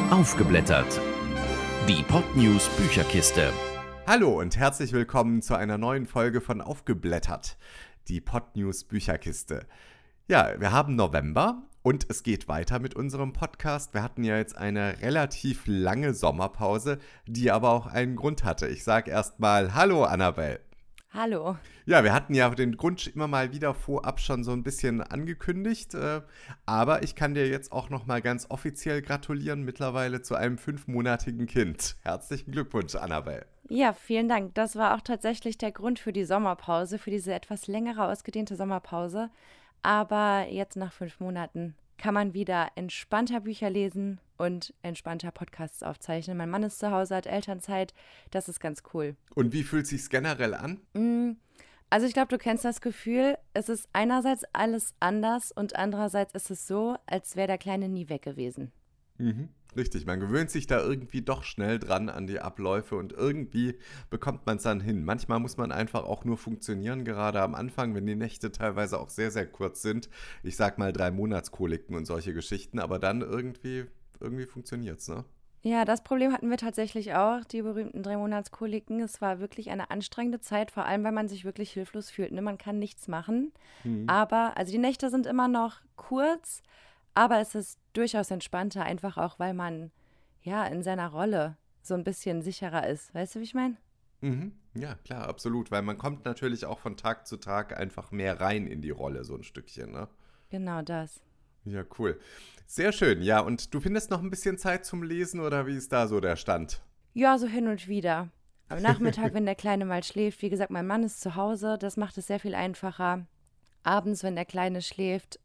Aufgeblättert. Die Podnews Bücherkiste. Hallo und herzlich willkommen zu einer neuen Folge von Aufgeblättert, die Podnews Bücherkiste. Ja, wir haben November und es geht weiter mit unserem Podcast. Wir hatten ja jetzt eine relativ lange Sommerpause, die aber auch einen Grund hatte. Ich sage erstmal Hallo, Annabelle. Hallo. Ja, wir hatten ja den Grund immer mal wieder vorab schon so ein bisschen angekündigt, aber ich kann dir jetzt auch noch mal ganz offiziell gratulieren, mittlerweile zu einem 5-monatigen Kind. Herzlichen Glückwunsch, Annabelle. Ja, vielen Dank. Das war auch tatsächlich der Grund für die Sommerpause, für diese etwas längere, ausgedehnte Sommerpause. Aber jetzt nach 5 Monaten kann man wieder entspannter Bücher lesen und entspannter Podcasts aufzeichnen. Mein Mann ist zu Hause, hat Elternzeit. Das ist ganz cool. Und wie fühlt es sich generell an? Also ich glaube, du kennst das Gefühl, es ist einerseits alles anders und andererseits ist es so, als wäre der Kleine nie weg gewesen. Richtig, man gewöhnt sich da irgendwie doch schnell dran an die Abläufe und irgendwie bekommt man es dann hin. Manchmal muss man einfach auch nur funktionieren, gerade am Anfang, wenn die Nächte teilweise auch sehr, sehr kurz sind. Ich sag mal 3 Monatskoliken und solche Geschichten, aber dann irgendwie funktioniert es, ne? Ja, das Problem hatten wir tatsächlich auch, die berühmten 3-Monatskoliken. Es war wirklich eine anstrengende Zeit, vor allem, weil man sich wirklich hilflos fühlt. Ne? Man kann nichts machen, aber, also die Nächte sind immer noch kurz, aber es ist durchaus entspannter, einfach auch, weil man ja in seiner Rolle so ein bisschen sicherer ist. Weißt du, wie ich meine? Ja, klar, absolut, weil man kommt natürlich auch von Tag zu Tag einfach mehr rein in die Rolle, so ein Stückchen, ne? Genau das. Ja, cool. Sehr schön. Ja, und du findest noch ein bisschen Zeit zum Lesen oder wie ist da so der Stand? Ja, so hin und wieder. Am Nachmittag, wenn der Kleine mal schläft, wie gesagt, mein Mann ist zu Hause, das macht es sehr viel einfacher. Abends, wenn der Kleine schläft,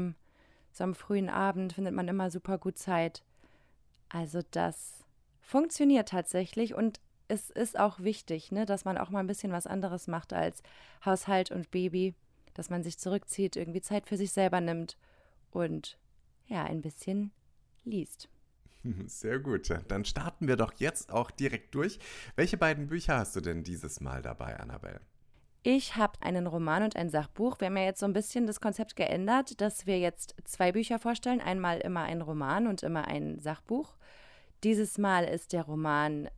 so am frühen Abend findet man immer super gut Zeit. Also das funktioniert tatsächlich und es ist auch wichtig, ne, dass man auch mal ein bisschen was anderes macht als Haushalt und Baby, dass man sich zurückzieht, irgendwie Zeit für sich selber nimmt und ja, ein bisschen liest. Sehr gut. Dann starten wir doch jetzt auch direkt durch. Welche beiden Bücher hast du denn dieses Mal dabei, Annabelle? Ich habe einen Roman und ein Sachbuch. Wir haben ja jetzt so ein bisschen das Konzept geändert, dass wir jetzt 2 Bücher vorstellen. Einmal immer ein Roman und immer ein Sachbuch. Dieses Mal ist der Roman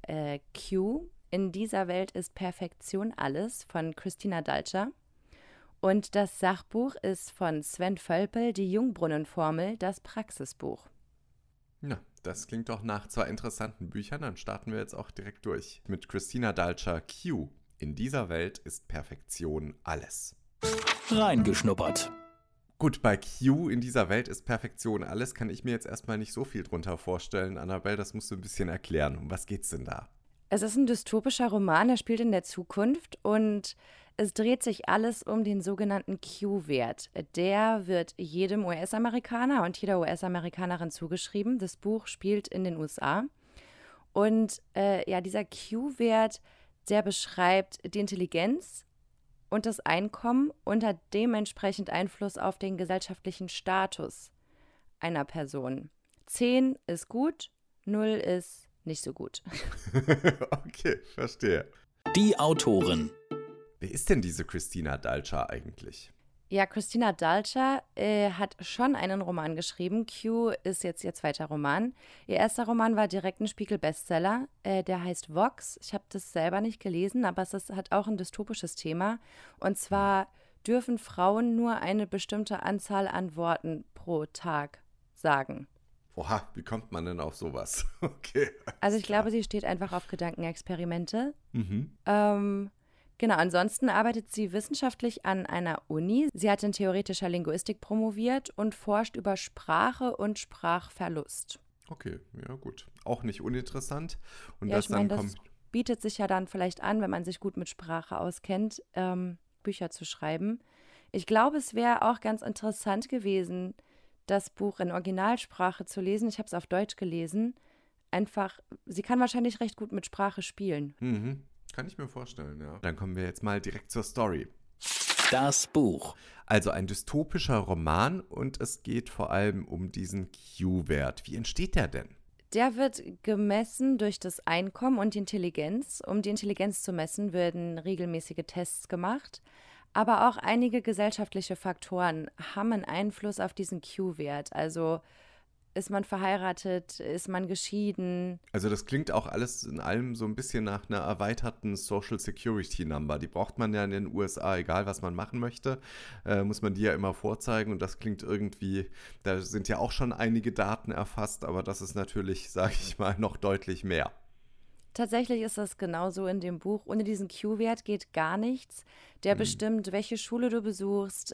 Q. In dieser Welt ist Perfektion alles von Christina Dalcher. Und das Sachbuch ist von Sven Völpel, die Jungbrunnenformel, das Praxisbuch. Ja, das klingt doch nach 2 interessanten Büchern. Dann starten wir jetzt auch direkt durch mit Christina Dalcher Q. In dieser Welt ist Perfektion alles. Reingeschnuppert. Gut, bei Q, in dieser Welt ist Perfektion alles, kann ich mir jetzt erstmal nicht so viel drunter vorstellen. Annabelle, das musst du ein bisschen erklären. Um was geht's denn da? Es ist ein dystopischer Roman, er spielt in der Zukunft und es dreht sich alles um den sogenannten Q-Wert. Der wird jedem US-Amerikaner und jeder US-Amerikanerin zugeschrieben. Das Buch spielt in den USA. Und dieser Q-Wert, der beschreibt die Intelligenz und das Einkommen und hat dementsprechend Einfluss auf den gesellschaftlichen Status einer Person. 10 ist gut, 0 ist nicht so gut. Okay, verstehe. Die Autorin. Wer ist denn diese Christina Dalcher eigentlich? Ja, Christina Dalcher hat schon einen Roman geschrieben. Q ist jetzt ihr 2. Roman. Ihr erster Roman war direkt ein Spiegel-Bestseller. Der heißt Vox. Ich habe das selber nicht gelesen, aber hat auch ein dystopisches Thema. Und zwar dürfen Frauen nur eine bestimmte Anzahl an Worten pro Tag sagen. Oha, wie kommt man denn auf sowas? Okay. Also ich glaube, sie steht einfach auf Gedankenexperimente. Mhm. Genau, ansonsten arbeitet sie wissenschaftlich an einer Uni. Sie hat in theoretischer Linguistik promoviert und forscht über Sprache und Sprachverlust. Okay, ja gut. Auch nicht uninteressant. Und Ja, das ich meine, dann das kommt. bietet sich ja dann vielleicht an, wenn man sich gut mit Sprache auskennt, Bücher zu schreiben. Ich glaube, es wäre auch ganz interessant gewesen, das Buch in Originalsprache zu lesen. Ich habe es auf Deutsch gelesen. Einfach, sie kann wahrscheinlich recht gut mit Sprache spielen. Kann ich mir vorstellen, ja. Dann kommen wir jetzt mal direkt zur Story. Das Buch. Also ein dystopischer Roman und es geht vor allem um diesen Q-Wert. Wie entsteht der denn? Der wird gemessen durch das Einkommen und die Intelligenz. Um die Intelligenz zu messen, werden regelmäßige Tests gemacht. Aber auch einige gesellschaftliche Faktoren haben einen Einfluss auf diesen Q-Wert. Also Ist man verheiratet? Ist man geschieden? Also das klingt auch alles in allem so ein bisschen nach einer erweiterten Social Security Number. Die braucht man ja in den USA, egal was man machen möchte, muss man die ja immer vorzeigen. Und das klingt irgendwie, da sind ja auch schon einige Daten erfasst, aber das ist natürlich, sage ich mal, noch deutlich mehr. Tatsächlich ist das genauso in dem Buch. Ohne diesen Q-Wert geht gar nichts. Der bestimmt, welche Schule du besuchst,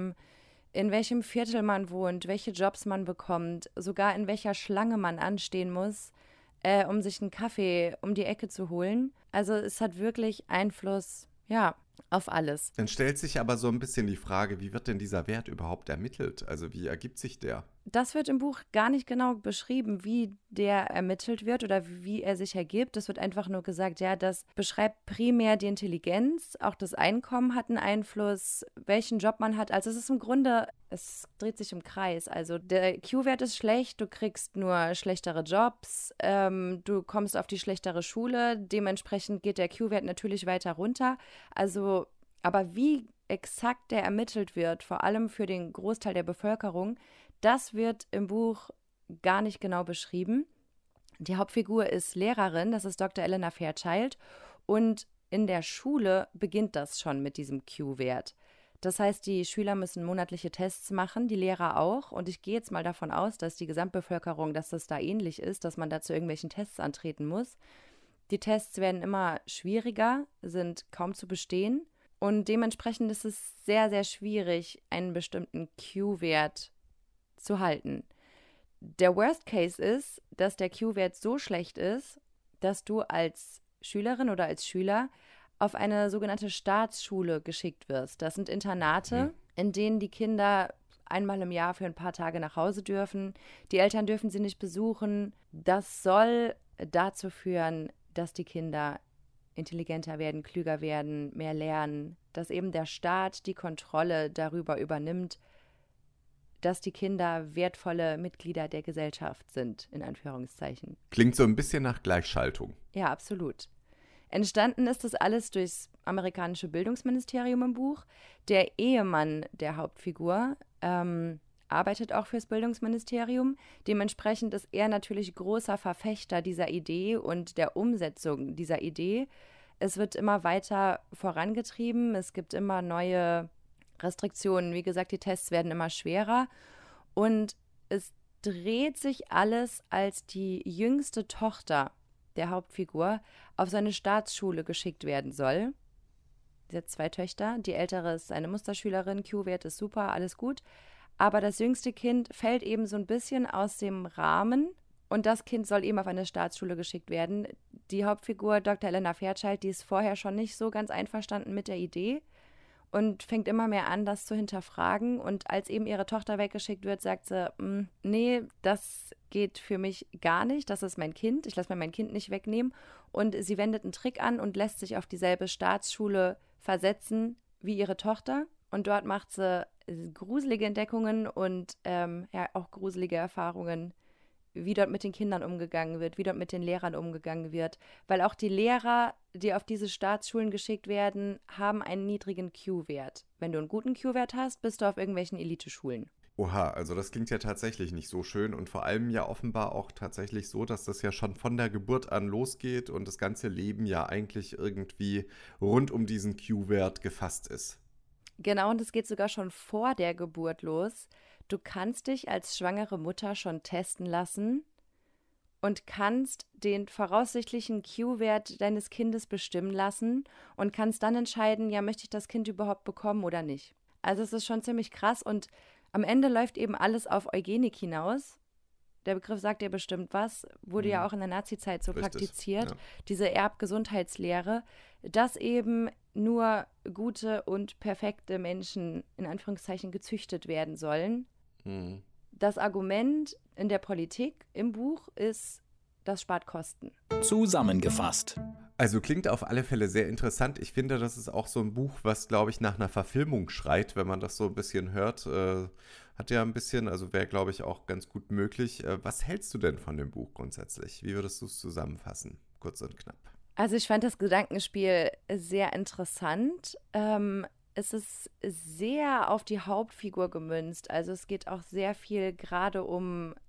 in welchem Viertel man wohnt, welche Jobs man bekommt, sogar in welcher Schlange man anstehen muss, um sich einen Kaffee um die Ecke zu holen. Also es hat wirklich Einfluss, ja, auf alles. Dann stellt sich aber so ein bisschen die Frage, wie wird denn dieser Wert überhaupt ermittelt? Also wie ergibt sich der? Das wird im Buch gar nicht genau beschrieben, wie der ermittelt wird oder wie er sich ergibt. Es wird einfach nur gesagt, ja, das beschreibt primär die Intelligenz, auch das Einkommen hat einen Einfluss, welchen Job man hat. Also es ist im Grunde, es dreht sich im Kreis. Also der Q-Wert ist schlecht, du kriegst nur schlechtere Jobs, du kommst auf die schlechtere Schule, dementsprechend geht der Q-Wert natürlich weiter runter. Also, aber wie exakt der ermittelt wird, vor allem für den Großteil der Bevölkerung, das wird im Buch gar nicht genau beschrieben. Die Hauptfigur ist Lehrerin, das ist Dr. Elena Fairchild. Und in der Schule beginnt das schon mit diesem Q-Wert. Das heißt, die Schüler müssen monatliche Tests machen, die Lehrer auch. Und ich gehe jetzt mal davon aus, dass die Gesamtbevölkerung, dass das da ähnlich ist, dass man da zu irgendwelchen Tests antreten muss. Die Tests werden immer schwieriger, sind kaum zu bestehen. Und dementsprechend ist es sehr, sehr schwierig, einen bestimmten Q-Wert zu halten. Der Worst Case ist, dass der Q-Wert so schlecht ist, dass du als Schülerin oder als Schüler auf eine sogenannte Staatsschule geschickt wirst. Das sind Internate, in denen die Kinder einmal im Jahr für ein paar Tage nach Hause dürfen. Die Eltern dürfen sie nicht besuchen. Das soll dazu führen, dass die Kinder intelligenter werden, klüger werden, mehr lernen, dass eben der Staat die Kontrolle darüber übernimmt, dass die Kinder wertvolle Mitglieder der Gesellschaft sind, in Anführungszeichen. Klingt so ein bisschen nach Gleichschaltung. Ja, absolut. Entstanden ist das alles durchs amerikanische Bildungsministerium im Buch. Der Ehemann der Hauptfigur arbeitet auch fürs Bildungsministerium. Dementsprechend ist er natürlich großer Verfechter dieser Idee und der Umsetzung dieser Idee. Es wird immer weiter vorangetrieben. Es gibt immer neue Restriktionen. Wie gesagt, die Tests werden immer schwerer. Und es dreht sich alles, als die jüngste Tochter der Hauptfigur auf so eine Staatsschule geschickt werden soll. Sie hat 2 Töchter. Die ältere ist eine Musterschülerin. Q-Wert ist super, alles gut. Aber das jüngste Kind fällt eben so ein bisschen aus dem Rahmen und das Kind soll eben auf eine Staatsschule geschickt werden. Die Hauptfigur, Dr. Elena Fairchild, die ist vorher schon nicht so ganz einverstanden mit der Idee und fängt immer mehr an, das zu hinterfragen. Und als eben ihre Tochter weggeschickt wird, sagt sie, nee, das geht für mich gar nicht, das ist mein Kind, ich lasse mir mein Kind nicht wegnehmen. Und sie wendet einen Trick an und lässt sich auf dieselbe Staatsschule versetzen wie ihre Tochter. Und dort macht sie gruselige Entdeckungen und ja, auch gruselige Erfahrungen, wie dort mit den Kindern umgegangen wird, wie dort mit den Lehrern umgegangen wird. Weil auch die Lehrer, die auf diese Staatsschulen geschickt werden, haben einen niedrigen Q-Wert. Wenn du einen guten Q-Wert hast, bist du auf irgendwelchen Elite-Schulen. Oha, also das klingt ja tatsächlich nicht so schön und vor allem ja offenbar auch tatsächlich so, dass das ja schon von der Geburt an losgeht und das ganze Leben ja eigentlich irgendwie rund um diesen Q-Wert gefasst ist. Genau, und es geht sogar schon vor der Geburt los. Du kannst dich als schwangere Mutter schon testen lassen und kannst den voraussichtlichen Q-Wert deines Kindes bestimmen lassen und kannst dann entscheiden, ja, möchte ich das Kind überhaupt bekommen oder nicht. Also es ist schon ziemlich krass und am Ende läuft eben alles auf Eugenik hinaus. Der Begriff sagt ja bestimmt was, wurde ja auch in der Nazizeit so Richtig, praktiziert, ja. diese Erbgesundheitslehre, dass eben nur gute und perfekte Menschen in Anführungszeichen gezüchtet werden sollen. Das Argument in der Politik im Buch ist, das spart Kosten. Zusammengefasst. Also klingt auf alle Fälle sehr interessant. Ich finde, das ist auch so ein Buch, was, glaube ich, nach einer Verfilmung schreit, wenn man das so ein bisschen hört. Hat ja ein bisschen, also wäre, glaube ich, auch ganz gut möglich. Was hältst du denn von dem Buch grundsätzlich? Wie würdest du es zusammenfassen? Kurz und knapp. Also ich fand das Gedankenspiel sehr interessant. Es ist sehr auf die Hauptfigur gemünzt. Also es geht auch sehr viel gerade um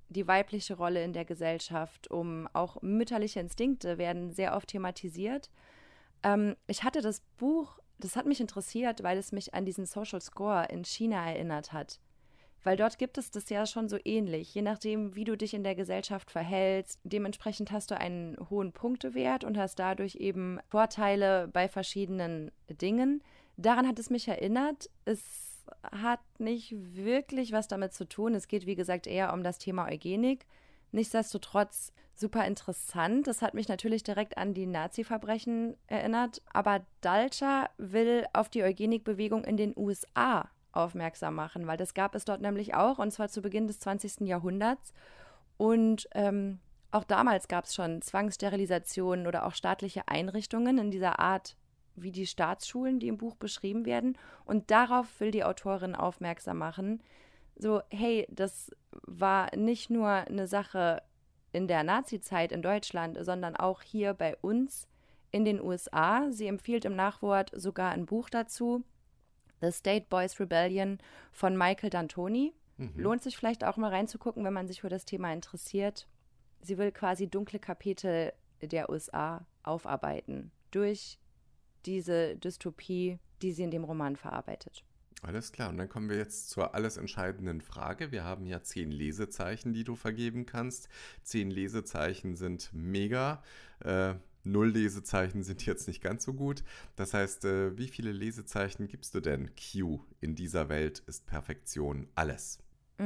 die weibliche Rolle in der Gesellschaft, auch mütterliche Instinkte werden sehr oft thematisiert. Ich hatte das Buch, das hat mich interessiert, weil es mich an diesen Social Score in China erinnert hat. Weil dort gibt es das ja schon so ähnlich. Je nachdem, wie du dich in der Gesellschaft verhältst, dementsprechend hast du einen hohen Punktewert und hast dadurch eben Vorteile bei verschiedenen Dingen. Daran hat es mich erinnert. Es hat nicht wirklich was damit zu tun. Es geht, wie gesagt, eher um das Thema Eugenik. Nichtsdestotrotz super interessant. Das hat mich natürlich direkt an die Nazi-Verbrechen erinnert. Aber Dalcher will auf die Eugenikbewegung in den USA aufmerksam machen, weil das gab es dort nämlich auch, und zwar zu Beginn des 20. Jahrhunderts. Und auch damals gab es schon Zwangssterilisationen oder auch staatliche Einrichtungen in dieser Art wie die Staatsschulen, die im Buch beschrieben werden. Und darauf will die Autorin aufmerksam machen. So, hey, das war nicht nur eine Sache in der Nazi-Zeit in Deutschland, sondern auch hier bei uns in den USA. Sie empfiehlt im Nachwort sogar ein Buch dazu, The State Boys Rebellion von Michael D'Antoni. Lohnt sich vielleicht auch mal reinzugucken, wenn man sich für das Thema interessiert. Sie will quasi dunkle Kapitel der USA aufarbeiten durch diese Dystopie, die sie in dem Roman verarbeitet. Alles klar, und dann kommen wir jetzt zur alles entscheidenden Frage. Wir haben ja 10 Lesezeichen, die du vergeben kannst. 10 Lesezeichen sind mega. 0 Lesezeichen sind jetzt nicht ganz so gut. Das heißt, wie viele Lesezeichen gibst du denn Q? In dieser Welt ist Perfektion alles.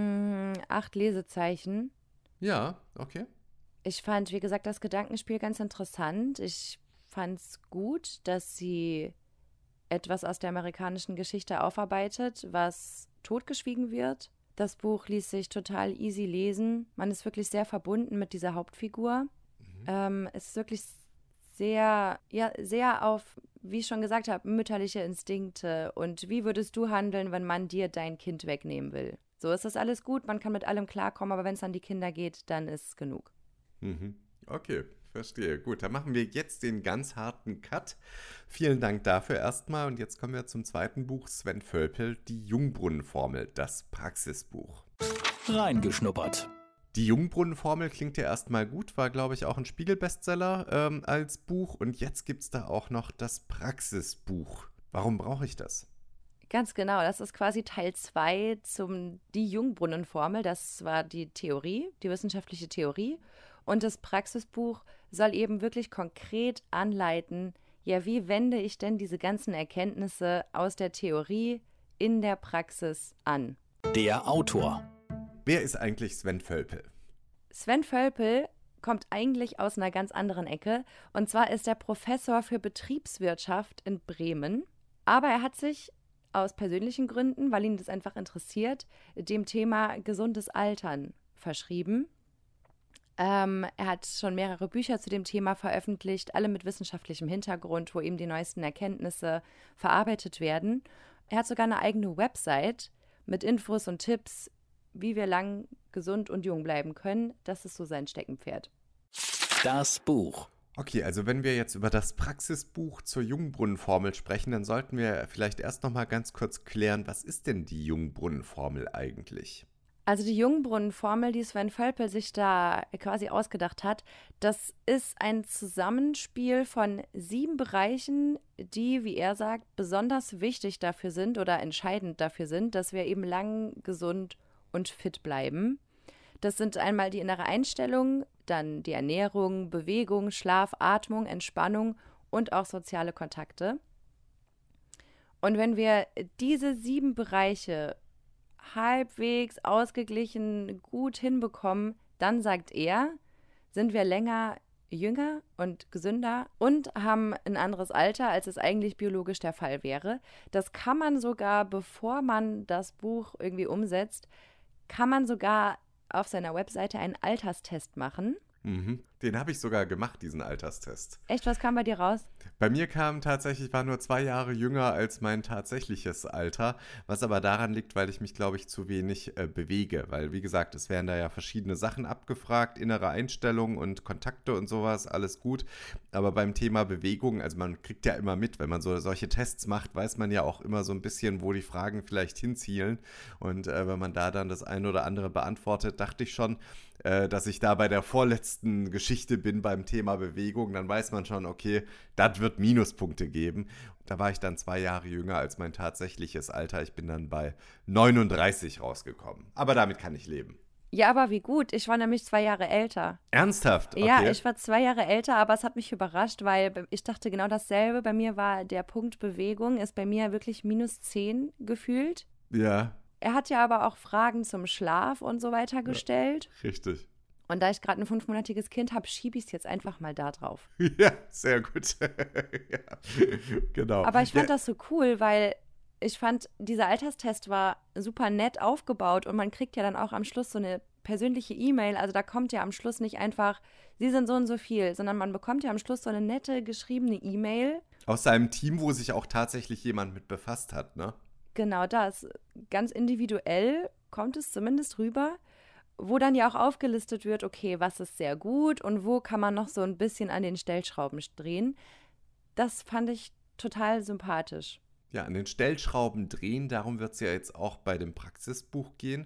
8 Lesezeichen. Ja, okay. Ich fand, wie gesagt, das Gedankenspiel ganz interessant. Ich fand es gut, dass sie etwas aus der amerikanischen Geschichte aufarbeitet, was totgeschwiegen wird. Das Buch ließ sich total easy lesen. Man ist wirklich sehr verbunden mit dieser Hauptfigur. Es ist wirklich sehr auf, wie ich schon gesagt habe, mütterliche Instinkte und wie würdest du handeln, wenn man dir dein Kind wegnehmen will. So ist das alles gut, man kann mit allem klarkommen, aber wenn es an die Kinder geht, dann ist es genug. Okay, verstehe. Gut, dann machen wir jetzt den ganz harten Cut. Vielen Dank dafür erstmal. Und jetzt kommen wir zum zweiten Buch, Sven Völpel, die Jungbrunnenformel, das Praxisbuch. Reingeschnuppert. Die Jungbrunnenformel klingt ja erstmal gut, war, glaube ich, auch ein Spiegel-Bestseller als Buch. Und jetzt gibt es da auch noch das Praxisbuch. Warum brauche ich das? Ganz genau, das ist quasi Teil 2 die Jungbrunnenformel. Das war die Theorie, die wissenschaftliche Theorie. Und das Praxisbuch soll eben wirklich konkret anleiten, ja, wie wende ich denn diese ganzen Erkenntnisse aus der Theorie in der Praxis an? Der Autor. Wer ist eigentlich Sven Völpel? Sven Völpel kommt eigentlich aus einer ganz anderen Ecke. Und zwar ist er Professor für Betriebswirtschaft in Bremen. Aber er hat sich aus persönlichen Gründen, weil ihn das einfach interessiert, dem Thema gesundes Altern verschrieben. Er hat schon mehrere Bücher zu dem Thema veröffentlicht, alle mit wissenschaftlichem Hintergrund, wo eben die neuesten Erkenntnisse verarbeitet werden. Er hat sogar eine eigene Website mit Infos und Tipps, wie wir lang gesund und jung bleiben können. Das ist so sein Steckenpferd. Das Buch. Okay, also wenn wir jetzt über das Praxisbuch zur Jungbrunnenformel sprechen, dann sollten wir vielleicht erst noch mal ganz kurz klären, was ist denn die Jungbrunnenformel eigentlich? Also die Jungbrunnenformel, die Sven Völpel sich da quasi ausgedacht hat, das ist ein Zusammenspiel von 7 Bereichen, die, wie er sagt, besonders wichtig dafür sind oder entscheidend dafür sind, dass wir eben lang gesund und fit bleiben. Das sind einmal die innere Einstellung, dann die Ernährung, Bewegung, Schlaf, Atmung, Entspannung und auch soziale Kontakte. Und wenn wir diese 7 Bereiche halbwegs ausgeglichen gut hinbekommen, dann sagt er, sind wir länger jünger und gesünder und haben ein anderes Alter, als es eigentlich biologisch der Fall wäre. Das kann man sogar, bevor man das Buch irgendwie umsetzt, kann man sogar auf seiner Webseite einen Alterstest machen. Den habe ich sogar gemacht, diesen Alterstest. Echt, was kam bei dir raus? Bei mir kam tatsächlich, ich war nur 2 Jahre jünger als mein tatsächliches Alter, was aber daran liegt, weil ich mich, glaube ich, zu wenig bewege. Weil, wie gesagt, es werden da ja verschiedene Sachen abgefragt, innere Einstellungen und Kontakte und sowas, alles gut. Aber beim Thema Bewegung, also man kriegt ja immer mit, wenn man solche Tests macht, weiß man ja auch immer so ein bisschen, wo die Fragen vielleicht hinzielen. Und wenn man da dann das eine oder andere beantwortet, dachte ich schon, dass ich da bei der vorletzten Geschichte bin beim Thema Bewegung, dann weiß man schon, okay, das wird Minuspunkte geben. Da war ich dann 2 Jahre jünger als mein tatsächliches Alter. Ich bin dann bei 39 rausgekommen. Aber damit kann ich leben. Ja, aber wie gut. Ich war nämlich 2 Jahre älter. Ernsthaft? Okay. Ja, ich war 2 Jahre älter, aber es hat mich überrascht, weil ich dachte genau dasselbe. Bei mir war der Punkt Bewegung, ist bei mir wirklich -10 gefühlt. Ja. Er hat ja aber auch Fragen zum Schlaf und so weiter gestellt. Ja, richtig. Und da ich gerade ein 5-monatiges Kind habe, schiebe ich es jetzt einfach mal da drauf. Ja, sehr gut. Ja, genau. Aber ich fand das so cool, weil ich fand, dieser Alterstest war super nett aufgebaut und man kriegt ja dann auch am Schluss so eine persönliche E-Mail. Also da kommt ja am Schluss nicht einfach, Sie sind so und so viel, sondern man bekommt ja am Schluss so eine nette geschriebene E-Mail. Aus seinem Team, wo sich auch tatsächlich jemand mit befasst hat, ne? Genau das. Ganz individuell kommt es zumindest rüber, wo dann ja auch aufgelistet wird, okay, was ist sehr gut und wo kann man noch so ein bisschen an den Stellschrauben drehen. Das fand ich total sympathisch. Ja, an den Stellschrauben drehen, darum wird es ja jetzt auch bei dem Praxisbuch gehen.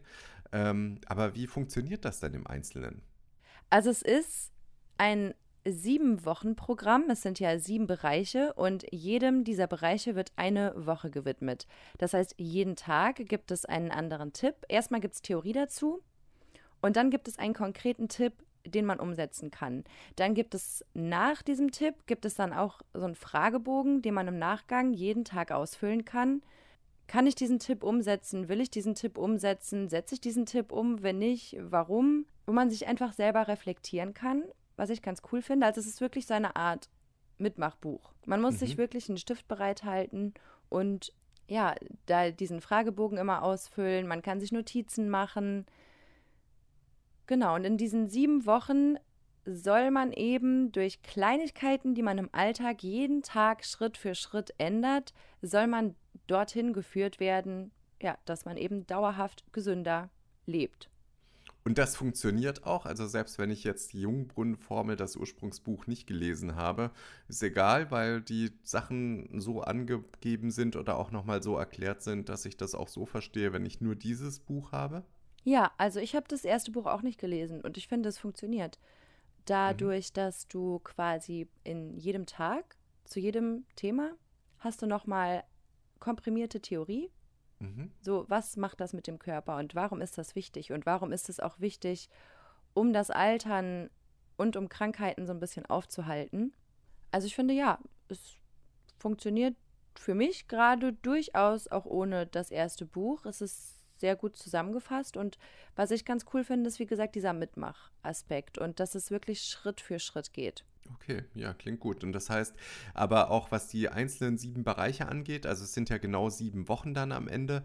Aber wie funktioniert das denn im Einzelnen? Also es ist ein 7-Wochen-Programm. Es sind ja 7 Bereiche und jedem dieser Bereiche wird eine Woche gewidmet. Das heißt, jeden Tag gibt es einen anderen Tipp. Erstmal gibt es Theorie dazu und dann gibt es einen konkreten Tipp, den man umsetzen kann. Dann gibt es nach diesem Tipp, gibt es dann auch so einen Fragebogen, den man im Nachgang jeden Tag ausfüllen kann. Kann ich diesen Tipp umsetzen? Will ich diesen Tipp umsetzen? Setze ich diesen Tipp um? Wenn nicht, warum? Wo man sich einfach selber reflektieren kann, was ich ganz cool finde. Also es ist wirklich so eine Art Mitmachbuch. Man muss sich wirklich einen Stift bereithalten und ja, da diesen Fragebogen immer ausfüllen. Man kann sich Notizen machen. Genau, und in diesen 7 Wochen soll man eben durch Kleinigkeiten, die man im Alltag jeden Tag Schritt für Schritt ändert, soll man dorthin geführt werden, ja, dass man eben dauerhaft gesünder lebt. Und das funktioniert auch, also selbst wenn ich jetzt die Jungbrunnenformel, das Ursprungsbuch, nicht gelesen habe, ist egal, weil die Sachen so angegeben sind oder auch nochmal so erklärt sind, dass ich das auch so verstehe, wenn ich nur dieses Buch habe. Ja, also ich habe das erste Buch auch nicht gelesen und ich finde, es funktioniert. Dadurch, dass du quasi in jedem Tag, zu jedem Thema, hast du nochmal komprimierte Theorie. So, was macht das mit dem Körper und warum ist das wichtig? Und warum ist es auch wichtig, um das Altern und um Krankheiten so ein bisschen aufzuhalten? Also ich finde, ja, es funktioniert für mich gerade durchaus auch ohne das erste Buch. Es ist sehr gut zusammengefasst und was ich ganz cool finde, ist wie gesagt dieser Mitmachaspekt und dass es wirklich Schritt für Schritt geht. Okay, ja, klingt gut. Und das heißt aber auch, was die einzelnen 7 Bereiche angeht, also es sind ja genau 7 Wochen dann am Ende.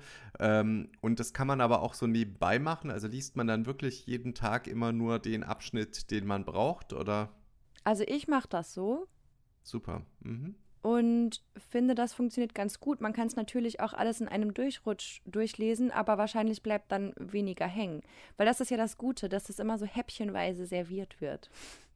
Und das kann man aber auch so nebenbei machen. Also liest man dann wirklich jeden Tag immer nur den Abschnitt, den man braucht, oder? Also ich mache das so. Super. Und finde, das funktioniert ganz gut. Man kann es natürlich auch alles in einem Durchrutsch durchlesen, aber wahrscheinlich bleibt dann weniger hängen. Weil das ist ja das Gute, dass es immer so häppchenweise serviert wird.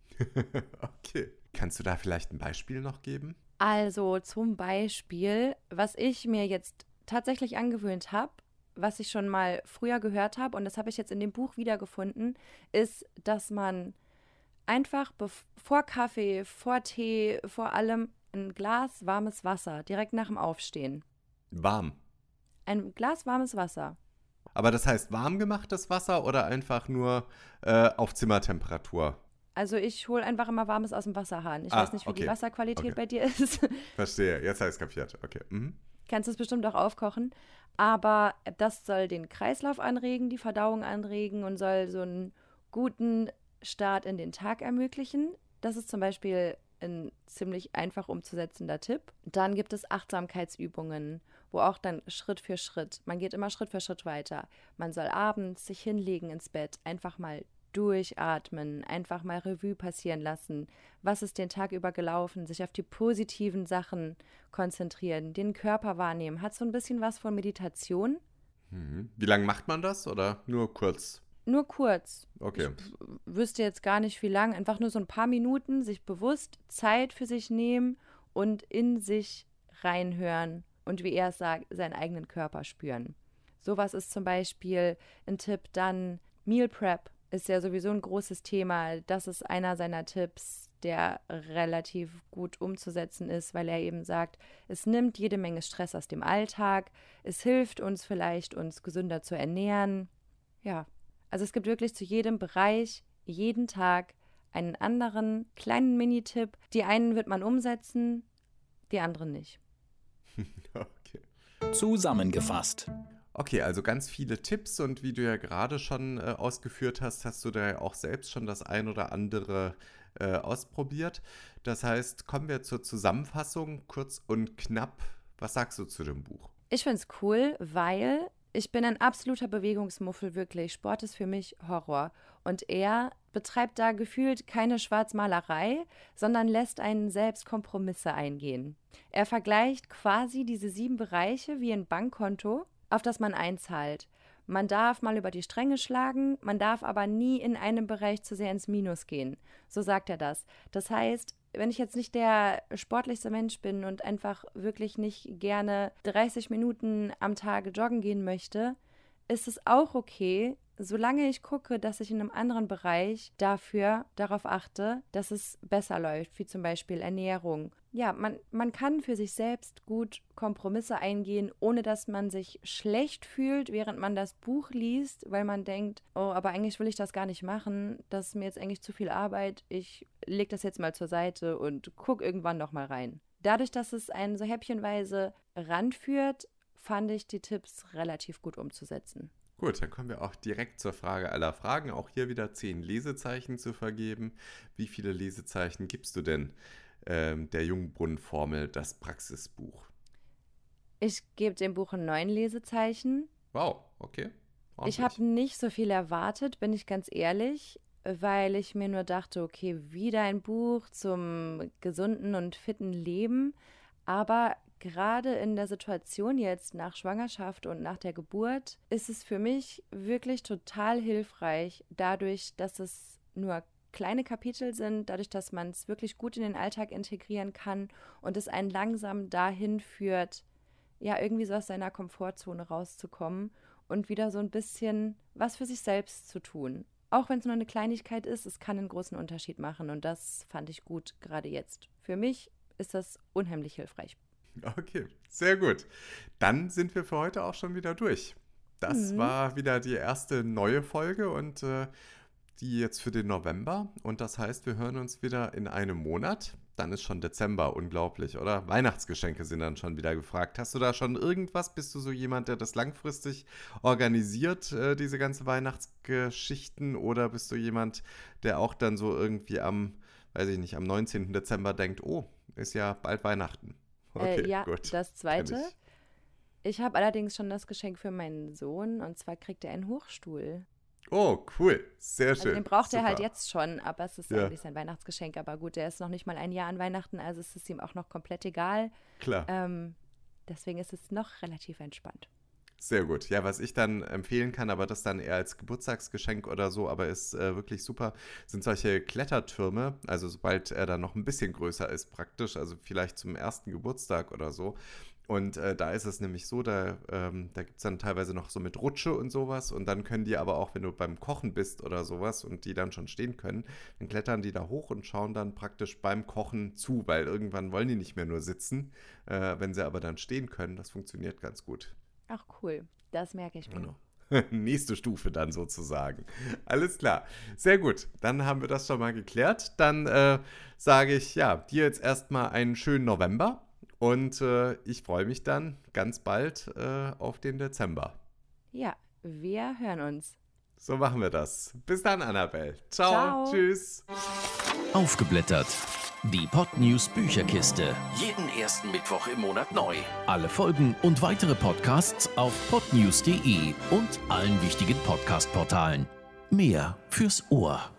Okay. Kannst du da vielleicht ein Beispiel noch geben? Also zum Beispiel, was ich mir jetzt tatsächlich angewöhnt habe, was ich schon mal früher gehört habe, und das habe ich jetzt in dem Buch wiedergefunden, ist, dass man einfach vor Kaffee, vor Tee, vor allem ein Glas warmes Wasser, direkt nach dem Aufstehen. Warm. Ein Glas warmes Wasser. Aber das heißt warm gemachtes Wasser oder einfach nur auf Zimmertemperatur? Also ich hole einfach immer warmes aus dem Wasserhahn. Ich weiß nicht, wie die Wasserqualität bei dir ist. Verstehe, jetzt habe ich es kapiert. Okay. Kannst es bestimmt auch aufkochen. Aber das soll den Kreislauf anregen, die Verdauung anregen und soll so einen guten Start in den Tag ermöglichen. Das ist zum Beispiel ein ziemlich einfach umzusetzender Tipp. Dann gibt es Achtsamkeitsübungen, wo auch dann Schritt für Schritt, man geht immer Schritt für Schritt weiter. Man soll abends sich hinlegen ins Bett, einfach mal durchatmen, einfach mal Revue passieren lassen. Was ist den Tag über gelaufen? Sich auf die positiven Sachen konzentrieren, den Körper wahrnehmen. Hat so ein bisschen was von Meditation. Wie lange macht man das oder nur kurz? Nur kurz. Okay. Ich wüsste jetzt gar nicht, wie lang. Einfach nur so ein paar Minuten, sich bewusst Zeit für sich nehmen und in sich reinhören und, wie er es sagt, seinen eigenen Körper spüren. Sowas ist zum Beispiel ein Tipp. Dann Meal Prep ist ja sowieso ein großes Thema. Das ist einer seiner Tipps, der relativ gut umzusetzen ist, weil er eben sagt, es nimmt jede Menge Stress aus dem Alltag. Es hilft uns vielleicht, uns gesünder zu ernähren. Ja. Also es gibt wirklich zu jedem Bereich, jeden Tag einen anderen kleinen Minitipp. Die einen wird man umsetzen, die anderen nicht. Okay. Zusammengefasst. Okay, also ganz viele Tipps und wie du ja gerade schon ausgeführt hast, hast du da ja auch selbst schon das ein oder andere ausprobiert. Das heißt, kommen wir zur Zusammenfassung, kurz und knapp. Was sagst du zu dem Buch? Ich finde es cool, weil ich bin ein absoluter Bewegungsmuffel, wirklich. Sport ist für mich Horror. Und er betreibt da gefühlt keine Schwarzmalerei, sondern lässt einen selbst Kompromisse eingehen. Er vergleicht quasi diese 7 Bereiche wie ein Bankkonto, auf das man einzahlt. Man darf mal über die Stränge schlagen, man darf aber nie in einem Bereich zu sehr ins Minus gehen. So sagt er das. Das heißt, wenn ich jetzt nicht der sportlichste Mensch bin und einfach wirklich nicht gerne 30 Minuten am Tag joggen gehen möchte, ist es auch okay, solange ich gucke, dass ich in einem anderen Bereich darauf achte, dass es besser läuft, wie zum Beispiel Ernährung. Ja, man kann für sich selbst gut Kompromisse eingehen, ohne dass man sich schlecht fühlt, während man das Buch liest, weil man denkt, oh, aber eigentlich will ich das gar nicht machen, das ist mir jetzt eigentlich zu viel Arbeit, ich lege das jetzt mal zur Seite und gucke irgendwann noch mal rein. Dadurch, dass es einen so häppchenweise ranführt, fand ich die Tipps relativ gut umzusetzen. Gut, dann kommen wir auch direkt zur Frage aller Fragen. Auch hier wieder 10 Lesezeichen zu vergeben. Wie viele Lesezeichen gibst du denn der Jungbrunnen-Formel, das Praxisbuch? Ich gebe dem Buch 9 Lesezeichen. Wow, okay. Ich habe nicht so viel erwartet, bin ich ganz ehrlich, weil ich mir nur dachte, okay, wieder ein Buch zum gesunden und fitten Leben. Aber gerade in der Situation jetzt nach Schwangerschaft und nach der Geburt ist es für mich wirklich total hilfreich, dadurch, dass es nur kleine Kapitel sind, dadurch, dass man es wirklich gut in den Alltag integrieren kann und es einen langsam dahin führt, ja, irgendwie so aus seiner Komfortzone rauszukommen und wieder so ein bisschen was für sich selbst zu tun. Auch wenn es nur eine Kleinigkeit ist, es kann einen großen Unterschied machen und das fand ich gut, gerade jetzt. Für mich ist das unheimlich hilfreich. Okay, sehr gut. Dann sind wir für heute auch schon wieder durch. Das war wieder die erste neue Folge und die jetzt für den November. Und das heißt, wir hören uns wieder in einem Monat. Dann ist schon Dezember, unglaublich, oder? Weihnachtsgeschenke sind dann schon wieder gefragt. Hast du da schon irgendwas? Bist du so jemand, der das langfristig organisiert, diese ganzen Weihnachtsgeschichten? Oder bist du jemand, der auch dann so irgendwie am 19. Dezember denkt, oh, ist ja bald Weihnachten? Okay, ja, gut. Das Zweite. Ich habe allerdings schon das Geschenk für meinen Sohn und zwar kriegt er einen Hochstuhl. Oh, cool. Sehr schön. Also den braucht Super. er halt jetzt schon, aber es ist eigentlich sein Weihnachtsgeschenk. Aber gut, der ist noch nicht mal ein Jahr an Weihnachten, also es ist ihm auch noch komplett egal. Klar. Deswegen ist es noch relativ entspannt. Sehr gut. Ja, was ich dann empfehlen kann, aber das dann eher als Geburtstagsgeschenk oder so, aber ist wirklich super, sind solche Klettertürme. Also sobald er dann noch ein bisschen größer ist praktisch, also vielleicht zum ersten Geburtstag oder so. Und da ist es nämlich so, da gibt es dann teilweise noch so mit Rutsche und sowas. Und dann können die aber auch, wenn du beim Kochen bist oder sowas und die dann schon stehen können, dann klettern die da hoch und schauen dann praktisch beim Kochen zu, weil irgendwann wollen die nicht mehr nur sitzen, wenn sie aber dann stehen können. Das funktioniert ganz gut. Ach cool, das merke ich mir. Genau. Nächste Stufe dann sozusagen. Alles klar. Sehr gut. Dann haben wir das schon mal geklärt. Dann sage ich, ja, dir jetzt erstmal einen schönen November. Und ich freue mich dann ganz bald auf den Dezember. Ja, wir hören uns. So machen wir das. Bis dann, Annabelle. Ciao. Tschüss. Aufgeblättert. Die Podnews Bücherkiste. Jeden ersten Mittwoch im Monat neu. Alle Folgen und weitere Podcasts auf podnews.de und allen wichtigen Podcast-Portalen. Mehr fürs Ohr.